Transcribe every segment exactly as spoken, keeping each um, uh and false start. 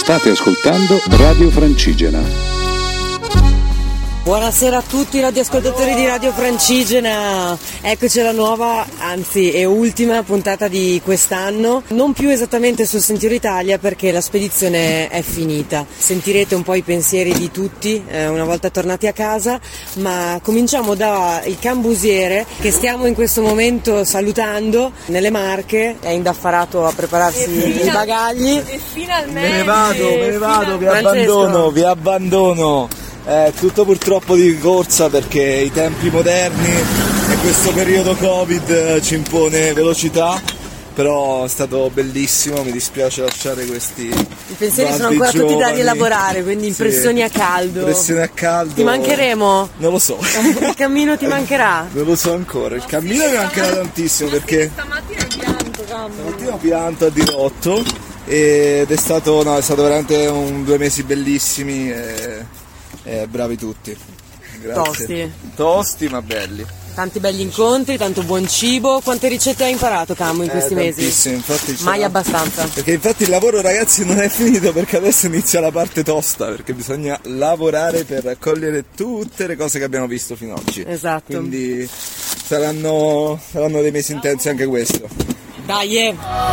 State ascoltando Radio Francigena. Buonasera a tutti i radioascoltatori di Radio Francigena, eccoci alla nuova, anzi è ultima puntata di quest'anno, non più esattamente sul Sentiero Italia perché la spedizione è finita. Sentirete un po' i pensieri di tutti eh, una volta tornati a casa, ma cominciamo dal Cambusiere che stiamo in questo momento salutando nelle Marche, è indaffarato a prepararsi i bagagli. E finalmente! Me ne vado, me ne vado, vi Francesco. abbandono, vi abbandono. È tutto purtroppo di corsa perché i tempi moderni e questo periodo Covid ci impone velocità, però è stato bellissimo, mi dispiace lasciare questi I pensieri sono guardi ancora tutti da giovani. rielaborare, quindi impressioni Sì, a caldo. Impressioni a caldo. Ti mancheremo? Non lo so. Il cammino ti mancherà? Non lo so ancora, il cammino mi mancherà tantissimo perché Stamattina ho pianto, cavolo. stamattina ho pianto a dirotto ed è stato, no, è stato veramente un due mesi bellissimi e... Eh, bravi tutti, grazie. Tosti. Tosti ma belli. Tanti belli incontri, tanto buon cibo. Quante ricette hai imparato, Camu, in questi eh, mesi? Tantissime, infatti c'è- Mai abbastanza. Perché infatti il lavoro, ragazzi, non è finito perché adesso inizia la parte tosta, perché bisogna lavorare per raccogliere tutte le cose che abbiamo visto fino ad oggi. Esatto. Quindi saranno, saranno dei mesi intensi anche questo. Dai, eh.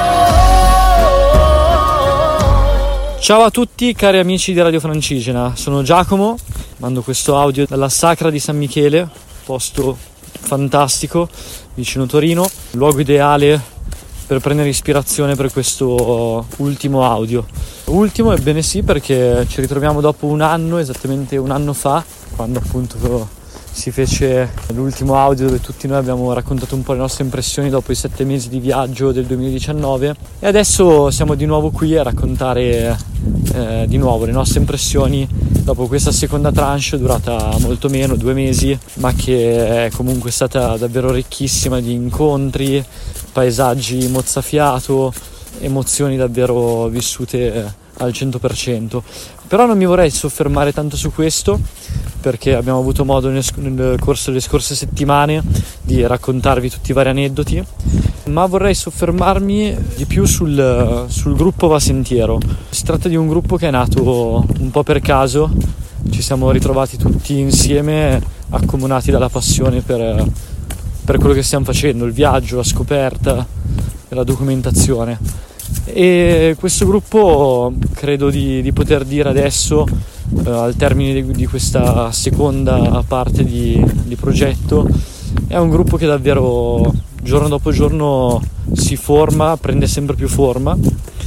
Ciao a tutti cari amici di Radio Francigena, sono Giacomo, mando questo audio dalla Sacra di San Michele, posto fantastico, vicino Torino, luogo ideale per prendere ispirazione per questo ultimo audio. Ultimo, ebbene sì, perché ci ritroviamo dopo un anno, esattamente un anno fa, quando appunto si fece l'ultimo audio dove tutti noi abbiamo raccontato un po' le nostre impressioni dopo i sette mesi di viaggio del duemiladiciannove e adesso siamo di nuovo qui a raccontare eh, di nuovo le nostre impressioni dopo questa seconda tranche durata molto meno, due mesi, ma che è comunque stata davvero ricchissima di incontri, paesaggi mozzafiato, emozioni davvero vissute al cento per cento. Però non mi vorrei soffermare tanto su questo perché abbiamo avuto modo nel, nel corso delle scorse settimane di raccontarvi tutti i vari aneddoti, ma vorrei soffermarmi di più sul, sul gruppo Va Sentiero. Si tratta di un gruppo che è nato un po' per caso, ci siamo ritrovati tutti insieme accomunati dalla passione per, per quello che stiamo facendo, il viaggio, la scoperta, la documentazione. E questo gruppo credo di, di poter dire adesso eh, al termine di, di questa seconda parte di, di progetto è un gruppo che davvero giorno dopo giorno si forma, prende sempre più forma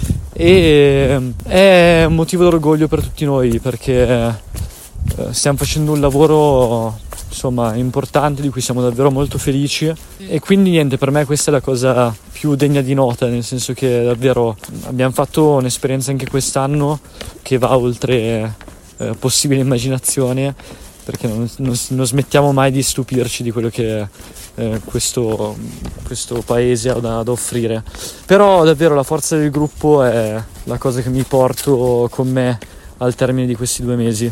e è un motivo d'orgoglio per tutti noi perché eh, stiamo facendo un lavoro insomma importante di cui siamo davvero molto felici e quindi niente, per me questa è la cosa più degna di nota, nel senso che davvero abbiamo fatto un'esperienza anche quest'anno che va oltre eh, possibile immaginazione perché non, non, non smettiamo mai di stupirci di quello che eh, questo, questo paese ha da, da offrire, però davvero la forza del gruppo è la cosa che mi porto con me al termine di questi due mesi.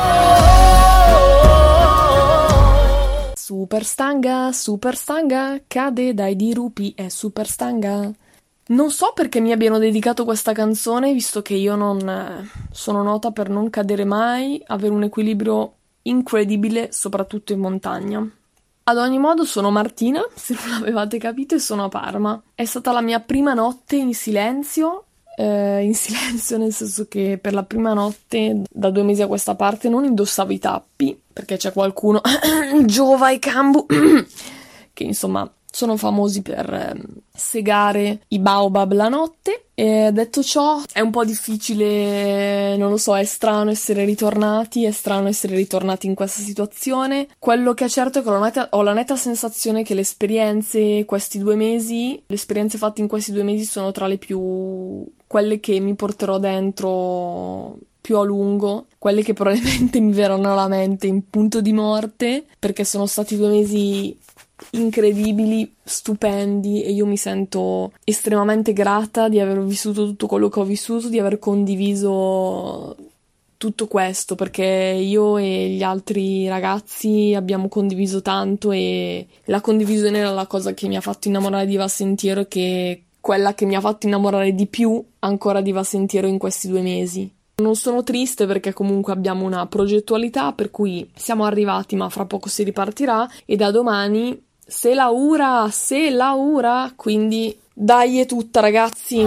Super stanga, super stanga, cade dai dirupi, è super stanga. Non so perché mi abbiano dedicato questa canzone, visto che io non sono nota per non cadere mai, avere un equilibrio incredibile, soprattutto in montagna. Ad ogni modo sono Martina, se non l'avevate capito, e sono a Parma. È stata la mia prima notte in silenzio, eh, in silenzio nel senso che per la prima notte, da due mesi a questa parte, non indossavo i tappi, perché c'è qualcuno, Giova e Cambu, che insomma sono famosi per eh, segare i baobab la notte. E detto ciò, è un po' difficile, non lo so, è strano essere ritornati, è strano essere ritornati in questa situazione. Quello che è certo è che ho la netta, ho la netta sensazione che le esperienze, questi due mesi, le esperienze fatte in questi due mesi sono tra le più, quelle che mi porterò dentro più a lungo, quelle che probabilmente mi verranno alla mente in punto di morte, perché sono stati due mesi incredibili, stupendi, e io mi sento estremamente grata di aver vissuto tutto quello che ho vissuto, di aver condiviso tutto questo, perché io e gli altri ragazzi abbiamo condiviso tanto e la condivisione era la cosa che mi ha fatto innamorare di Va Sentiero, che quella che mi ha fatto innamorare di più ancora di Va Sentiero in questi due mesi. Non sono triste perché comunque abbiamo una progettualità per cui siamo arrivati, ma fra poco si ripartirà e da domani se laura, se laura, quindi dai è tutta ragazzi.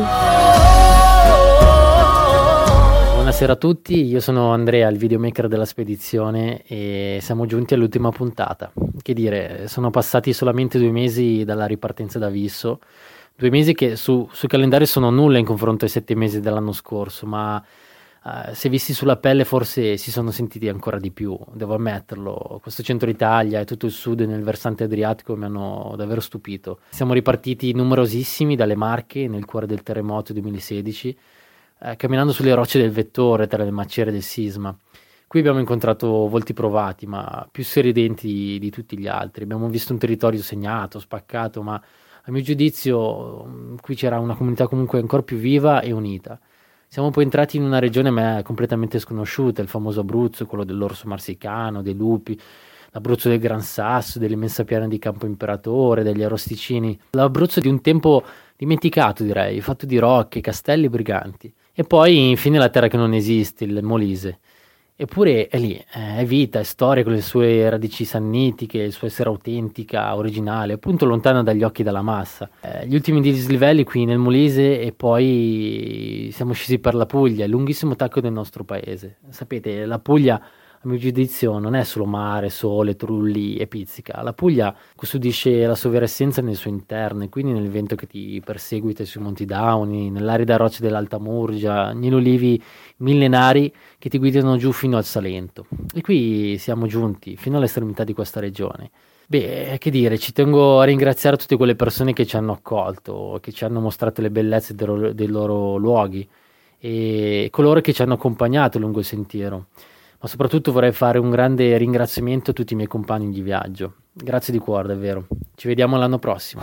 Buonasera a tutti, io sono Andrea, il videomaker della spedizione e siamo giunti all'ultima puntata. Che dire, sono passati solamente due mesi dalla ripartenza da Visso, due mesi che su, sul calendario sono nulla in confronto ai sette mesi dell'anno scorso, ma uh, se visti sulla pelle forse si sono sentiti ancora di più, devo ammetterlo. Questo centro Italia e tutto il sud nel versante adriatico mi hanno davvero stupito. Siamo ripartiti numerosissimi dalle Marche nel cuore del terremoto duemilasedici, Eh, camminando sulle rocce del Vettore tra le macerie del sisma. Qui abbiamo incontrato volti provati, ma più sorridenti di, di tutti gli altri. Abbiamo visto un territorio segnato, spaccato, ma a mio giudizio qui c'era una comunità comunque ancora più viva e unita. Siamo poi entrati in una regione a me completamente sconosciuta, il famoso Abruzzo, quello dell'orso marsicano, dei lupi, l'Abruzzo del Gran Sasso, dell'immensa piana di Campo Imperatore, degli arrosticini. L'Abruzzo di un tempo dimenticato, direi, fatto di rocche, castelli e briganti. E poi infine la terra che non esiste, il Molise. Eppure è lì, è vita, è storia con le sue radici sannitiche, il suo essere autentica, originale, appunto lontana dagli occhi dalla massa. Eh, gli ultimi dislivelli qui nel Molise e poi siamo scesi per la Puglia, il lunghissimo tacco del nostro paese. Sapete, la Puglia a mio giudizio non è solo mare, sole, trulli e pizzica. La Puglia custodisce la sua vera essenza nel suo interno, e quindi nel vento che ti perseguita sui Monti Dauni, nell'arida roccia dell'Alta Murgia, negli olivi millenari che ti guidano giù fino al Salento. E qui siamo giunti fino all'estremità di questa regione. Beh, che dire, ci tengo a ringraziare tutte quelle persone che ci hanno accolto, che ci hanno mostrato le bellezze dei loro, dei loro luoghi e coloro che ci hanno accompagnato lungo il sentiero. Ma soprattutto vorrei fare un grande ringraziamento a tutti i miei compagni di viaggio. Grazie di cuore, davvero. Ci vediamo l'anno prossimo.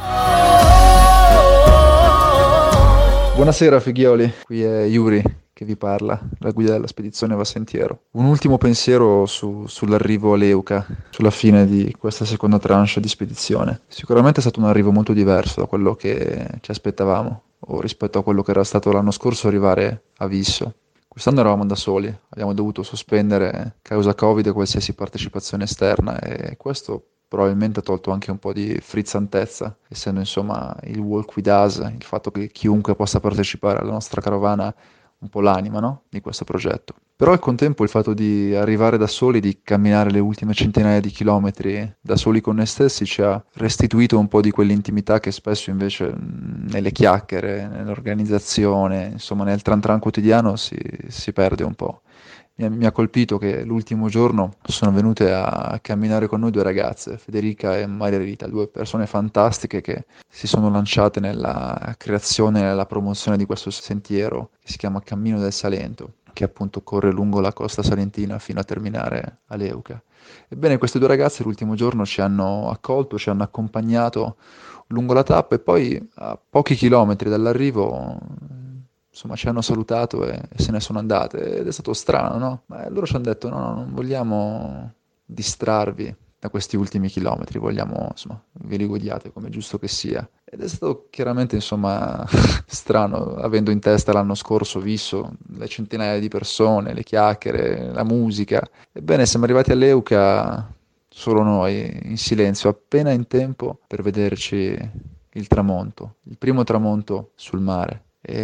Buonasera fighioli, qui è Yuri che vi parla, la guida della spedizione Va Sentiero. Un ultimo pensiero su, sull'arrivo a Leuca, sulla fine di questa seconda tranche di spedizione. Sicuramente è stato un arrivo molto diverso da quello che ci aspettavamo, o rispetto a quello che era stato l'anno scorso arrivare a Visso. Quest'anno eravamo da soli, abbiamo dovuto sospendere causa Covid qualsiasi partecipazione esterna e questo probabilmente ha tolto anche un po' di frizzantezza, essendo insomma il Walk With Us, il fatto che chiunque possa partecipare alla nostra carovana, un po' l'anima, no? Di questo progetto. Però al contempo il fatto di arrivare da soli, di camminare le ultime centinaia di chilometri da soli con noi stessi ci ha restituito un po' di quell'intimità che spesso invece nelle chiacchiere, nell'organizzazione, insomma nel tran tran quotidiano si, si perde un po'. Mi ha, mi ha colpito che l'ultimo giorno sono venute a camminare con noi due ragazze, Federica e Maria Rita, due persone fantastiche che si sono lanciate nella creazione e nella promozione di questo sentiero che si chiama Cammino del Salento, che appunto corre lungo la costa salentina fino a terminare a Leuca. Ebbene, queste due ragazze l'ultimo giorno ci hanno accolto, ci hanno accompagnato lungo la tappa e poi a pochi chilometri dall'arrivo insomma ci hanno salutato e, e se ne sono andate ed è stato strano, no? Ma loro ci hanno detto no, no, non vogliamo distrarvi da questi ultimi chilometri, vogliamo, insomma, ve li godiate come giusto che sia. Ed è stato chiaramente, insomma, strano, avendo in testa l'anno scorso Visso, le centinaia di persone, le chiacchiere, la musica. Ebbene, siamo arrivati a Leuca solo noi, in silenzio, appena in tempo per vederci il tramonto, il primo tramonto sul mare.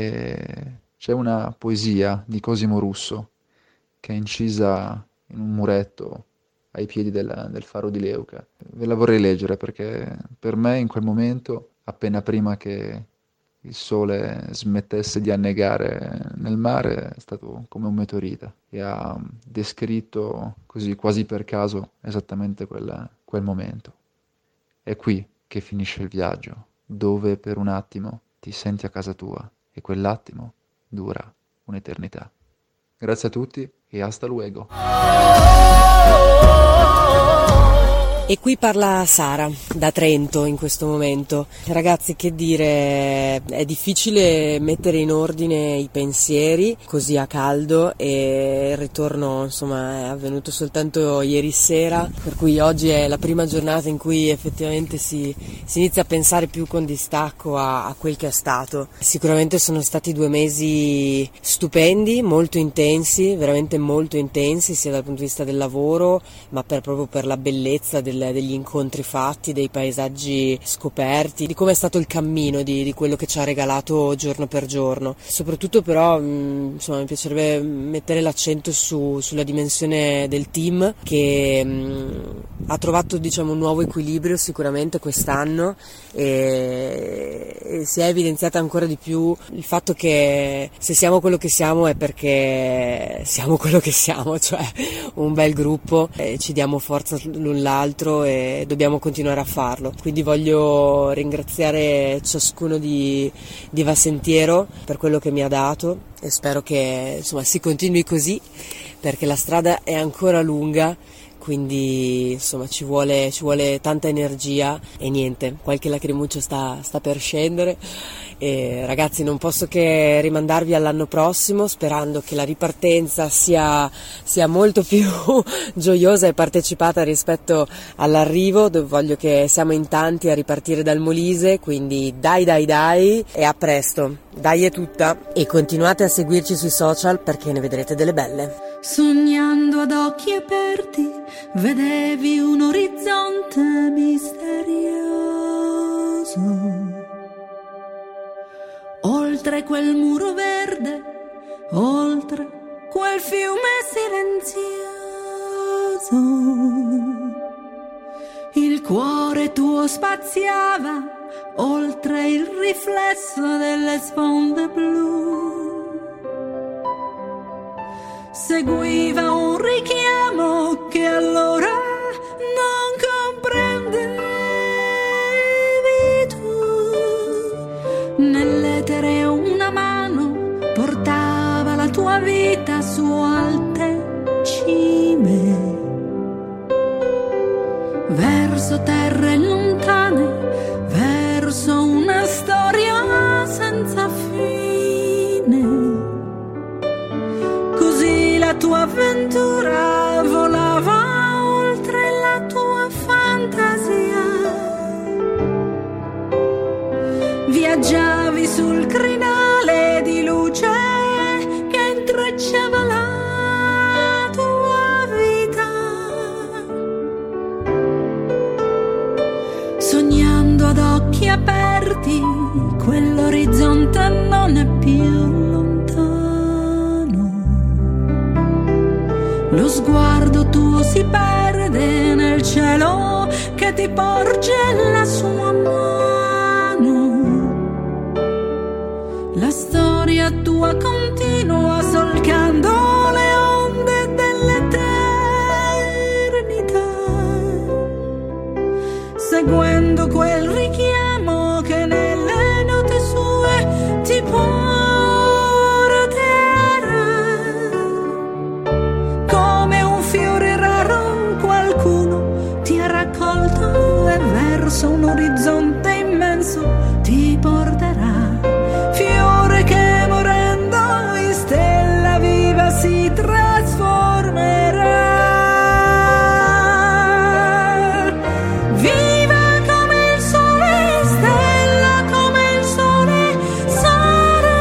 E c'è una poesia di Cosimo Russo che è incisa in un muretto ai piedi del, del faro di Leuca. Ve la vorrei leggere perché per me in quel momento, appena prima che il sole smettesse di annegare nel mare, è stato come un meteorite e ha descritto così quasi per caso esattamente quella, quel momento. È qui che finisce il viaggio, dove per un attimo ti senti a casa tua. E quell'attimo dura un'eternità. Grazie a tutti e hasta luego. E qui parla Sara, da Trento in questo momento. Ragazzi, che dire, è difficile mettere in ordine i pensieri così a caldo e il ritorno insomma è avvenuto soltanto ieri sera, per cui oggi è la prima giornata in cui effettivamente si, si inizia a pensare più con distacco a, a quel che è stato. Sicuramente sono stati due mesi stupendi, molto intensi, veramente molto intensi, sia dal punto di vista del lavoro, ma per, proprio per la bellezza del degli incontri fatti, dei paesaggi scoperti, di come è stato il cammino, di, di quello che ci ha regalato giorno per giorno. Soprattutto però mh, insomma mi piacerebbe mettere l'accento su, sulla dimensione del team che mh, ha trovato diciamo un nuovo equilibrio sicuramente quest'anno e, e si è evidenziata ancora di più il fatto che se siamo quello che siamo è perché siamo quello che siamo, cioè un bel gruppo e ci diamo forza l'un l'altro e dobbiamo continuare a farlo. Quindi voglio ringraziare ciascuno di, di Va Sentiero per quello che mi ha dato e spero che insomma si continui così perché la strada è ancora lunga, quindi insomma ci vuole, ci vuole tanta energia e niente, qualche lacrimuccio sta, sta per scendere. E ragazzi, non posso che rimandarvi all'anno prossimo sperando che la ripartenza sia, sia molto più gioiosa e partecipata rispetto all'arrivo, dove voglio che siamo in tanti a ripartire dal Molise, quindi dai dai dai e a presto, dai è tutta e continuate a seguirci sui social perché ne vedrete delle belle. Sognando ad occhi aperti vedevi un orizzonte misterioso. Oltre quel muro verde, oltre quel fiume silenzioso, il cuore tuo spaziava oltre il riflesso delle sponde blu. Seguiva un richiamo che allora non comprendevi tu. Nell'etere una mano portava la tua vita su alte cime, verso terre lontane, verso una storia senza fine. Così la tua avventura volava oltre la tua fantasia. Viaggiavi sul crinale di luce che intrecciava la tua vita, sognando ad occhi aperti quell'orizzonte non è più lontano. Lo sguardo tuo si perde nel cielo che ti porge la sua mano. La storia tua continua solcando le onde dell'eternità, seguendo quel richiamo che nelle note sue ti porterà. Come un fiore raro qualcuno ti ha raccolto e verso un orizzonte immenso ti porterà. Fiore che morendo in stella viva si trasformerà. Viva come il sole, stella come il sole sarà.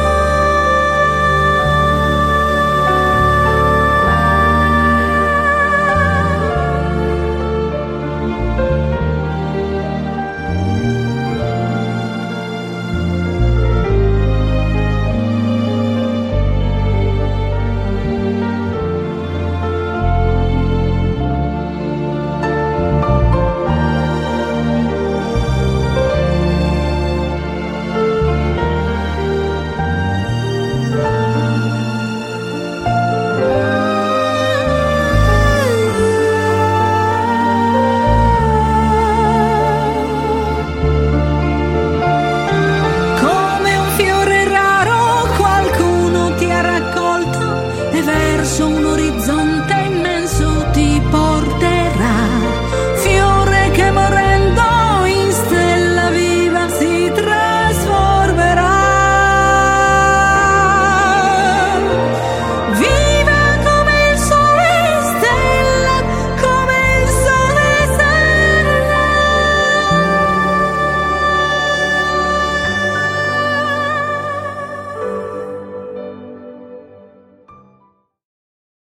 Come un fiore raro qualcuno ti ha raccolto e verso un